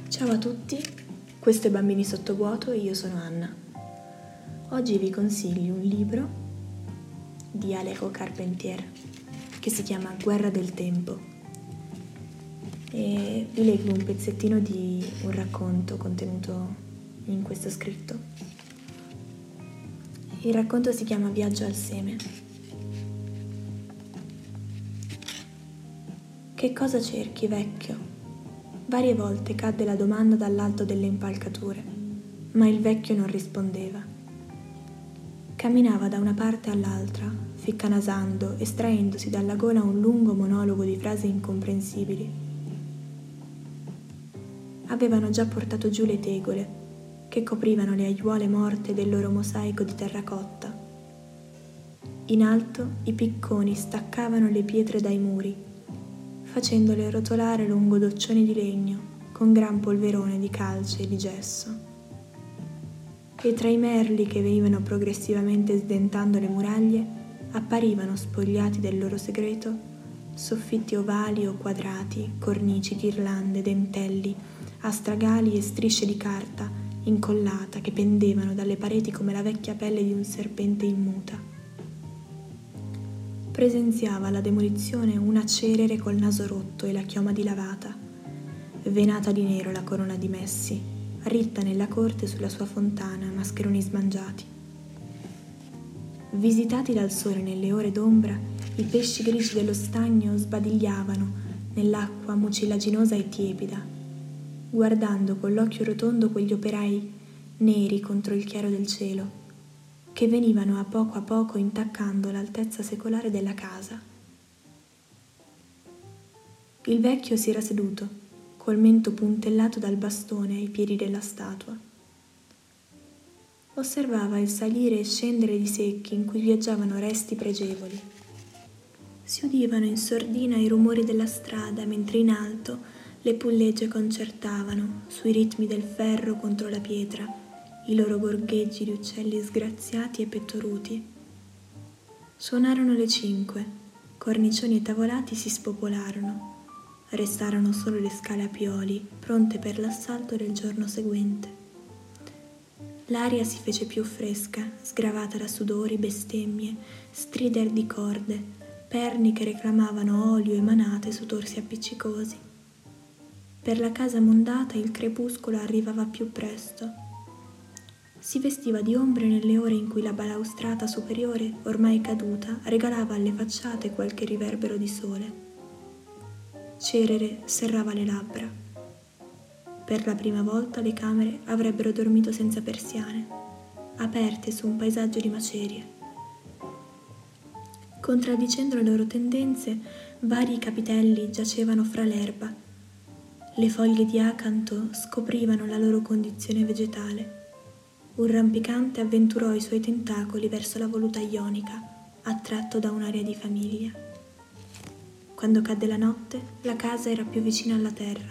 Ciao a tutti, questo è Bambini Sottovuoto e io sono Anna. Oggi vi consiglio un libro di Alejo Carpentier che si chiama Guerra del tempo e vi leggo un pezzettino di un racconto contenuto in questo scritto. Il racconto si chiama Viaggio al seme. Che cosa cerchi, vecchio? Varie volte cadde la domanda dall'alto delle impalcature, ma il vecchio non rispondeva. Camminava da una parte all'altra, ficcanasando, estraendosi dalla gola un lungo monologo di frasi incomprensibili. Avevano già portato giù le tegole, che coprivano le aiuole morte del loro mosaico di terracotta. In alto i picconi staccavano le pietre dai muri, facendole rotolare lungo doccioni di legno con gran polverone di calce e di gesso. E tra i merli che venivano progressivamente sdentando le muraglie apparivano, spogliati del loro segreto, soffitti ovali o quadrati, cornici, ghirlande, dentelli, astragali e strisce di carta incollata che pendevano dalle pareti come la vecchia pelle di un serpente in muta. Presenziava alla demolizione una cerere col naso rotto e la chioma dilavata, venata di nero la corona di messi, ritta nella corte sulla sua fontana, mascheroni smangiati. Visitati dal sole nelle ore d'ombra, i pesci grigi dello stagno sbadigliavano nell'acqua mucillaginosa e tiepida, guardando con l'occhio rotondo quegli operai neri contro il chiaro del cielo, che venivano a poco intaccando l'altezza secolare della casa. Il vecchio si era seduto, col mento puntellato dal bastone ai piedi della statua. Osservava il salire e scendere di secchi in cui viaggiavano resti pregevoli. Si udivano in sordina i rumori della strada, mentre in alto le pulegge concertavano, sui ritmi del ferro contro la pietra, i loro gorgheggi di uccelli sgraziati e pettoruti. Suonarono le 5, cornicioni e tavolati si spopolarono. Restarono solo le scale a pioli, pronte per l'assalto del giorno seguente. L'aria si fece più fresca, sgravata da sudori, bestemmie, strider di corde, perni che reclamavano olio e manate su torsi appiccicosi. Per la casa mondata il crepuscolo arrivava più presto. Si vestiva di ombre nelle ore in cui la balaustrata superiore, ormai caduta, regalava alle facciate qualche riverbero di sole. Cerere serrava le labbra. Per la prima volta le camere avrebbero dormito senza persiane, aperte su un paesaggio di macerie. Contraddicendo le loro tendenze, vari capitelli giacevano fra l'erba. Le foglie di acanto scoprivano la loro condizione vegetale. Un rampicante avventurò i suoi tentacoli verso la voluta ionica, attratto da un'aria di famiglia. Quando cadde la notte, la casa era più vicina alla terra.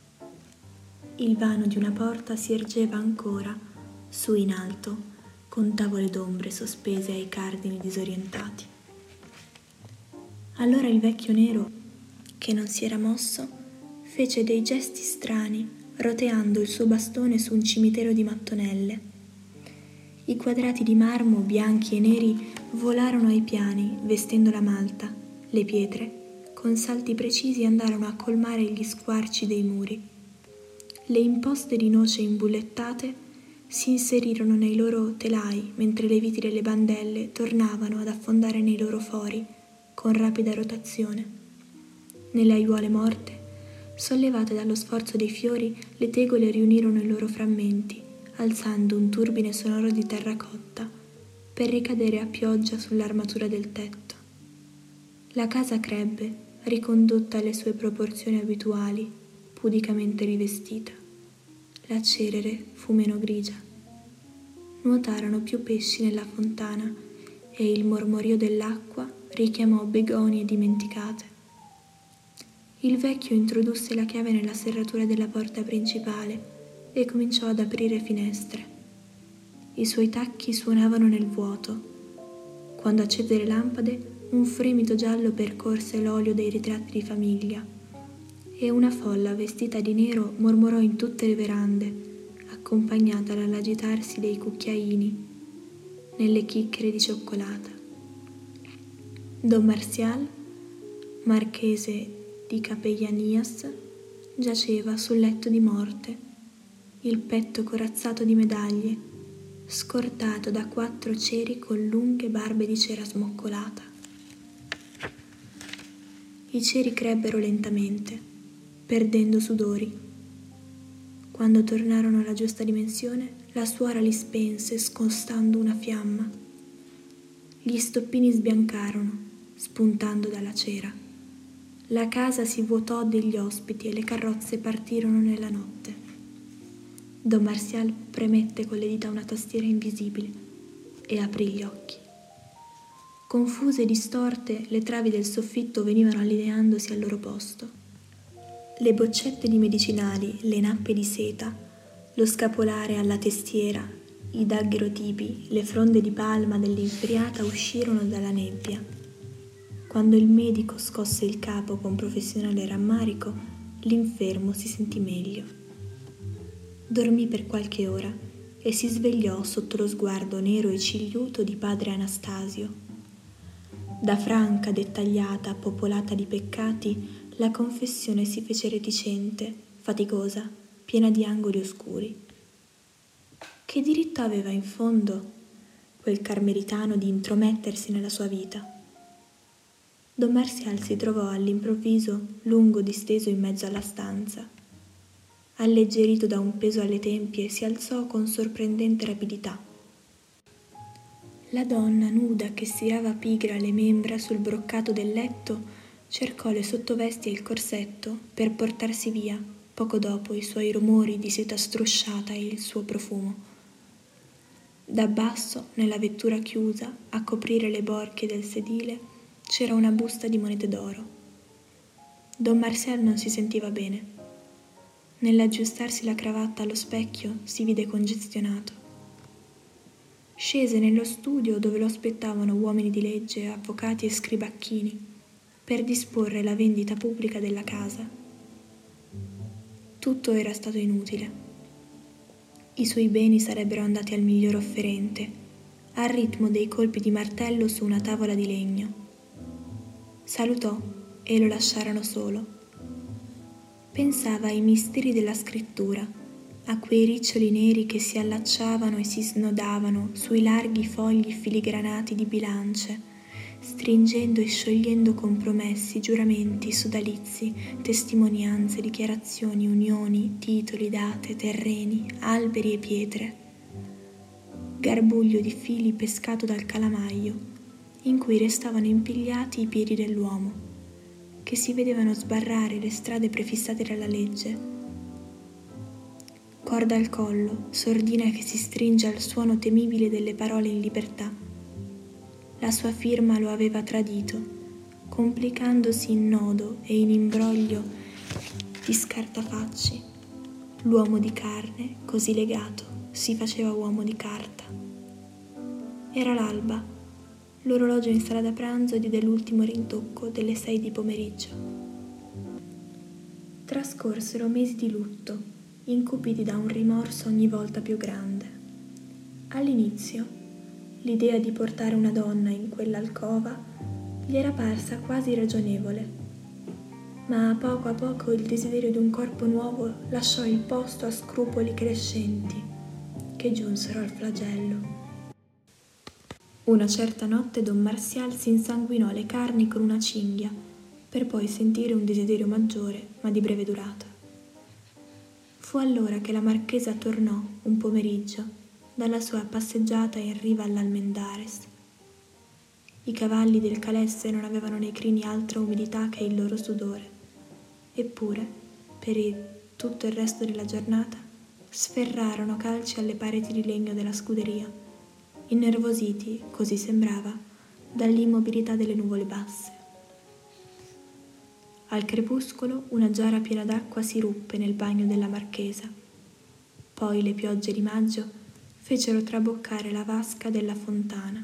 Il vano di una porta si ergeva ancora, su in alto, con tavole d'ombre sospese ai cardini disorientati. Allora il vecchio nero, che non si era mosso, fece dei gesti strani, roteando il suo bastone su un cimitero di mattonelle. I quadrati di marmo bianchi e neri volarono ai piani, vestendo la malta. Le pietre, con salti precisi, andarono a colmare gli squarci dei muri. Le imposte di noce imbullettate si inserirono nei loro telai, mentre le viti delle bandelle tornavano ad affondare nei loro fori con rapida rotazione. Nelle aiuole morte, sollevate dallo sforzo dei fiori, le tegole riunirono i loro frammenti, alzando un turbine sonoro di terracotta per ricadere a pioggia sull'armatura del tetto. La casa crebbe, ricondotta alle sue proporzioni abituali, pudicamente rivestita. La cerere fu meno grigia. Nuotarono più pesci nella fontana e il mormorio dell'acqua richiamò begonie dimenticate. Il vecchio introdusse la chiave nella serratura della porta principale e cominciò ad aprire finestre. I suoi tacchi suonavano nel vuoto. Quando accese le lampade, un fremito giallo percorse l'olio dei ritratti di famiglia e una folla vestita di nero mormorò in tutte le verande, accompagnata dall'agitarsi dei cucchiaini nelle chicchere di cioccolata. Don Marcial, marchese di Capellanias, giaceva sul letto di morte, il petto corazzato di medaglie, scortato da 4 ceri con lunghe barbe di cera smoccolata. I ceri crebbero lentamente, perdendo sudori. Quando tornarono alla giusta dimensione, la suora li spense scostando una fiamma. Gli stoppini sbiancarono, spuntando dalla cera. La casa si vuotò degli ospiti e le carrozze partirono nella notte. Don Marcial premette con le dita una tastiera invisibile e aprì gli occhi. Confuse e distorte, le travi del soffitto venivano allineandosi al loro posto. Le boccette di medicinali, le nappe di seta, lo scapolare alla testiera, i daguerrotipi, le fronde di palma dell'inferiata uscirono dalla nebbia. Quando il medico scosse il capo con professionale rammarico, l'infermo si sentì meglio. Dormì per qualche ora e si svegliò sotto lo sguardo nero e cigliuto di padre Anastasio. Da franca, dettagliata, popolata di peccati, la confessione si fece reticente, faticosa, piena di angoli oscuri. Che diritto aveva in fondo quel carmelitano di intromettersi nella sua vita? Don Marcial si trovò all'improvviso lungo disteso in mezzo alla stanza. Alleggerito da un peso alle tempie, si alzò con sorprendente rapidità. La donna nuda che stirava pigra le membra sul broccato del letto cercò le sottovesti e il corsetto per portarsi via, poco dopo, i suoi rumori di seta strusciata e il suo profumo. Da basso, nella vettura chiusa, a coprire le borchie del sedile, c'era una busta di monete d'oro. Don Marcial non si sentiva bene. Nell'aggiustarsi la cravatta allo specchio si vide congestionato. Scese nello studio dove lo aspettavano uomini di legge, avvocati e scribacchini per disporre la vendita pubblica della casa. Tutto era stato inutile. I suoi beni sarebbero andati al miglior offerente, al ritmo dei colpi di martello su una tavola di legno. Salutò e lo lasciarono solo. Pensava ai misteri della scrittura, a quei riccioli neri che si allacciavano e si snodavano sui larghi fogli filigranati di bilance, stringendo e sciogliendo compromessi, giuramenti, sodalizi, testimonianze, dichiarazioni, unioni, titoli, date, terreni, alberi e pietre. Garbuglio di fili pescato dal calamaio, in cui restavano impigliati i piedi dell'uomo, che si vedevano sbarrare le strade prefissate dalla legge. Corda al collo, sordina che si stringe al suono temibile delle parole in libertà. La sua firma lo aveva tradito, complicandosi in nodo e in imbroglio di scartafacci. L'uomo di carne, così legato, si faceva uomo di carta. Era l'alba. L'orologio in sala da pranzo diede l'ultimo rintocco delle 6 di pomeriggio. Trascorsero mesi di lutto, incupiti da un rimorso ogni volta più grande. All'inizio, l'idea di portare una donna in quell'alcova gli era parsa quasi ragionevole, ma a poco il desiderio di un corpo nuovo lasciò il posto a scrupoli crescenti che giunsero al flagello. Una certa notte Don Marcial si insanguinò le carni con una cinghia, per poi sentire un desiderio maggiore, ma di breve durata. Fu allora che la marchesa tornò, un pomeriggio, dalla sua passeggiata in riva all'Almendares. I cavalli del Calesse non avevano nei crini altra umidità che il loro sudore, eppure, per tutto il resto della giornata, sferrarono calci alle pareti di legno della scuderia, innervositi, così sembrava, dall'immobilità delle nuvole basse. Al crepuscolo una giara piena d'acqua si ruppe nel bagno della marchesa. Poi le piogge di maggio fecero traboccare la vasca della fontana.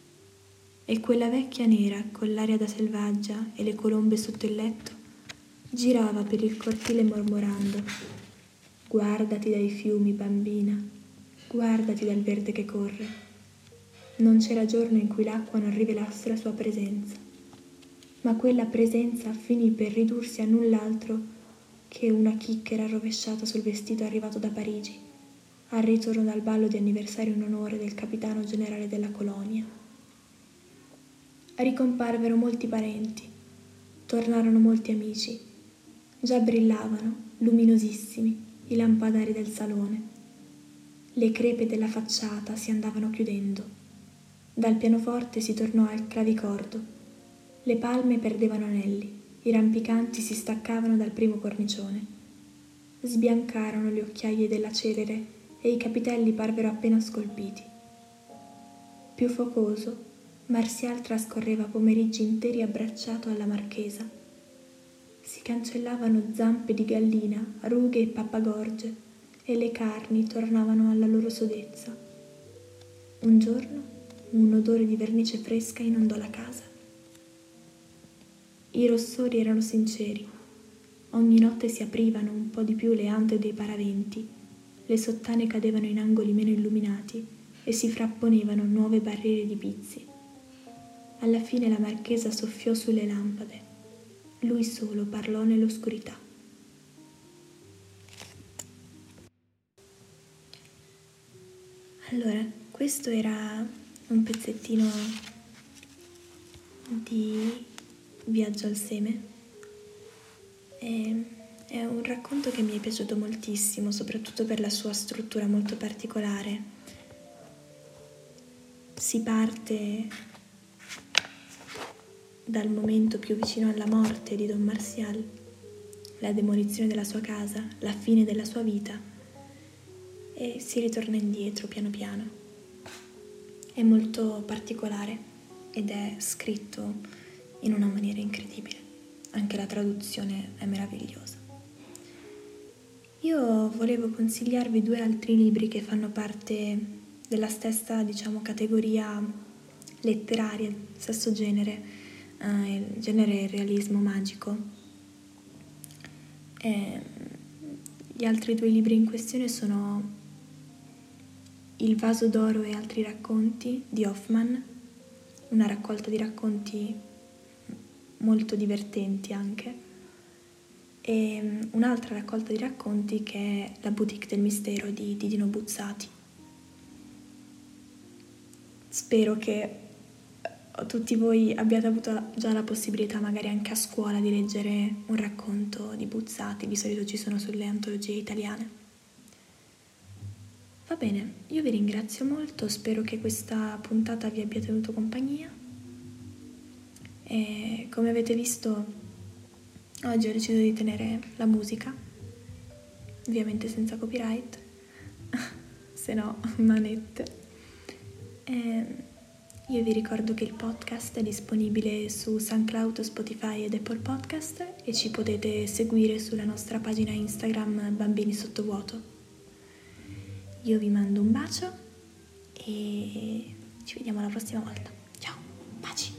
E quella vecchia nera, con l'aria da selvaggia e le colombe sotto il letto, Girava per il cortile mormorando: guardati dai fiumi, bambina, guardati dal verde che corre. Non c'era giorno in cui l'acqua non rivelasse la sua presenza, ma quella presenza finì per ridursi a null'altro che una chicchera rovesciata sul vestito arrivato da Parigi, al ritorno dal ballo di anniversario in onore del capitano generale della colonia. Ricomparvero molti parenti, tornarono molti amici. Già brillavano, luminosissimi, i lampadari del salone. Le crepe della facciata si andavano chiudendo. Dal pianoforte si tornò al clavicordo. Le palme perdevano anelli, i rampicanti si staccavano dal primo cornicione. Sbiancarono le occhiaie della celere e i capitelli parvero appena scolpiti. Più focoso, Martial trascorreva pomeriggi interi abbracciato alla marchesa. Si cancellavano zampe di gallina, rughe e pappagorge, e le carni tornavano alla loro sodezza. Un giorno un odore di vernice fresca inondò la casa. I rossori erano sinceri. Ogni notte si aprivano un po' di più le ante dei paraventi, le sottane cadevano in angoli meno illuminati e si frapponevano nuove barriere di pizzi. Alla fine la marchesa soffiò sulle lampade. Lui solo parlò nell'oscurità. Allora, questo era un pezzettino di Viaggio al seme. È un racconto che mi è piaciuto moltissimo, soprattutto per la sua struttura molto particolare. Si parte dal momento più vicino alla morte di Don Martial, la demolizione della sua casa, la fine della sua vita, e si ritorna indietro piano piano. È molto particolare ed è scritto in una maniera incredibile. Anche la traduzione è meravigliosa. Io volevo consigliarvi 2 altri libri che fanno parte della stessa, categoria letteraria, stesso genere, il genere realismo magico. Gli altri 2 libri in questione sono Il vaso d'oro e altri racconti di Hoffmann, una raccolta di racconti molto divertenti anche, e un'altra raccolta di racconti che è La boutique del mistero di Dino Buzzati. Spero che tutti voi abbiate avuto già la possibilità, magari anche a scuola, di leggere un racconto di Buzzati. Di solito ci sono sulle antologie italiane. Va bene, io vi ringrazio molto, spero che questa puntata vi abbia tenuto compagnia. E come avete visto, oggi ho deciso di tenere la musica, ovviamente senza copyright, se no manette. Io vi ricordo che il podcast è disponibile su SoundCloud, Spotify ed Apple Podcast e ci potete seguire sulla nostra pagina Instagram Bambini Sottovuoto. Io vi mando un bacio e ci vediamo la prossima volta. Ciao, baci!